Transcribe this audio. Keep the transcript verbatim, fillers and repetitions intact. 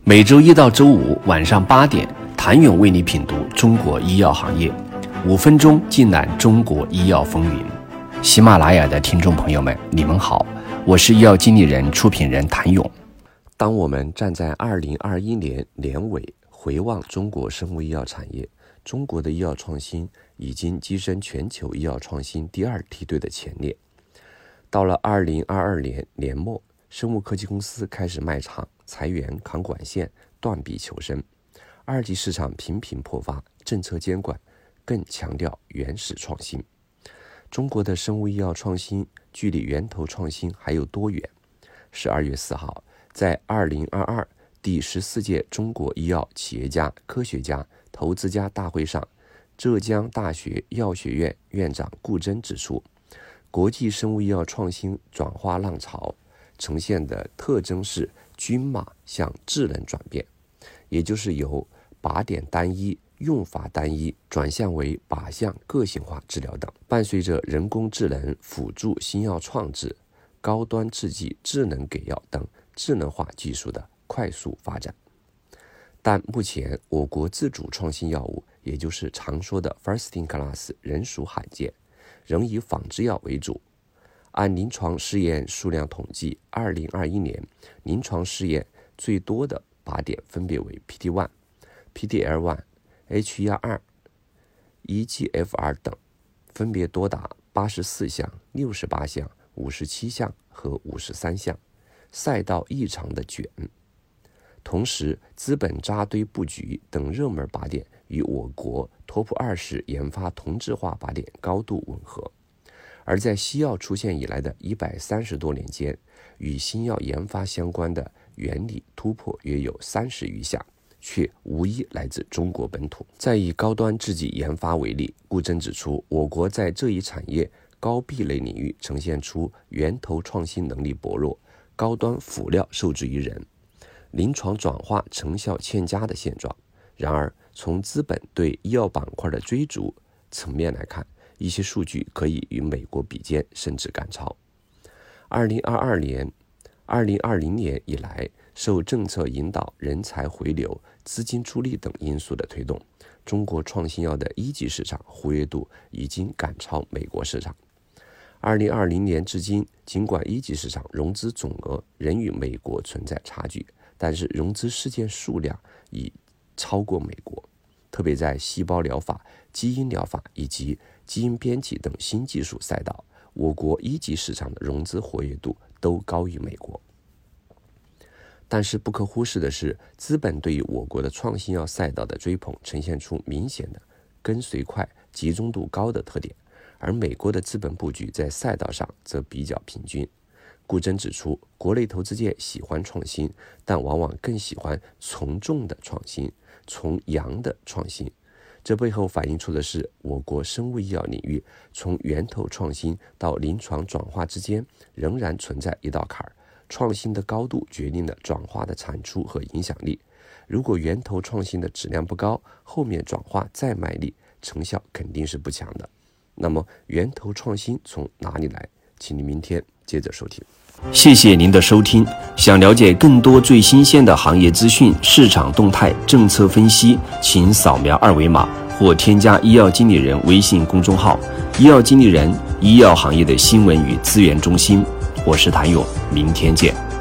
每周一到周五晚上八点，谭勇为你品读中国医药行业，五分钟尽览中国医药风云。喜马拉雅的听众朋友们，你们好，我是医药经理人、出品人谭勇。当我们站在二零二一年年尾回望中国生物医药产业，中国的医药创新已经跻身全球医药创新第二梯队的前列。到了二零二二年年末，生物科技公司开始卖厂、裁员、扛管线、断臂求生，二级市场频频破发，政策监管更强调原始创新。中国的生物医药创新距离源头创新还有多远？十二月四号，在二零二二第十四届中国医药企业家、科学家、投资家大会上，浙江大学药学院院长顾真指出，国际生物医药创新转化浪潮呈现的特征是均码向智能转变，也就是由靶点单一、用法单一转向为靶向个性化治疗等。伴随着人工智能辅助新药创制、高端制剂智能给药等智能化技术的快速发展，但目前我国自主创新药物，也就是常说的 first in class 仍属罕见，仍以仿制药为主。按临床试验数量统计，二零二一年临床试验最多的靶点分别为 P D 一、P D L 一、H E R 二、E G F R 等，分别多达八十四项、六十八项、五十七项和五十三项，赛道异常的卷。同时，资本扎堆布局等热门靶点与我国 Top 二十研发同质化靶点高度吻合。而在西药出现以来的一百三十多年间，与新药研发相关的原理突破约有三十余项，却无一来自中国本土。再以高端制剂研发为例，顾真指出，我国在这一产业高壁垒领域呈现出源头创新能力薄弱、高端辅料受制于人、临床转化成效欠佳的现状。然而，从资本对医药板块的追逐层面来看，一些数据可以与美国比肩，甚至赶超。二零二二年、二零二零年以来，受政策引导、人才回流、资金出力等因素的推动，中国创新药的一级市场活跃度已经赶超美国市场。二零二零年至今，尽管一级市场融资总额仍与美国存在差距，但是融资事件数量已超过美国。特别在细胞疗法、基因疗法以及基因编辑等新技术赛道，我国一级市场的融资活跃度都高于美国。但是不可忽视的是，资本对于我国的创新药赛道的追捧呈现出明显的跟随快、集中度高的特点，而美国的资本布局在赛道上则比较平均。顾真指出，国内投资界喜欢创新，但往往更喜欢从众的创新、从良的创新。这背后反映出的是，我国生物医药领域从源头创新到临床转化之间仍然存在一道坎儿，创新的高度决定了转化的产出和影响力。如果源头创新的质量不高，后面转化再卖力，成效肯定是不强的。那么源头创新从哪里来？请你明天接着收听。谢谢您的收听。想了解更多最新鲜的行业资讯、市场动态、政策分析，请扫描二维码或添加医药经理人微信公众号“医药经理人”，医药行业的新闻与资源中心。我是谭勇，明天见。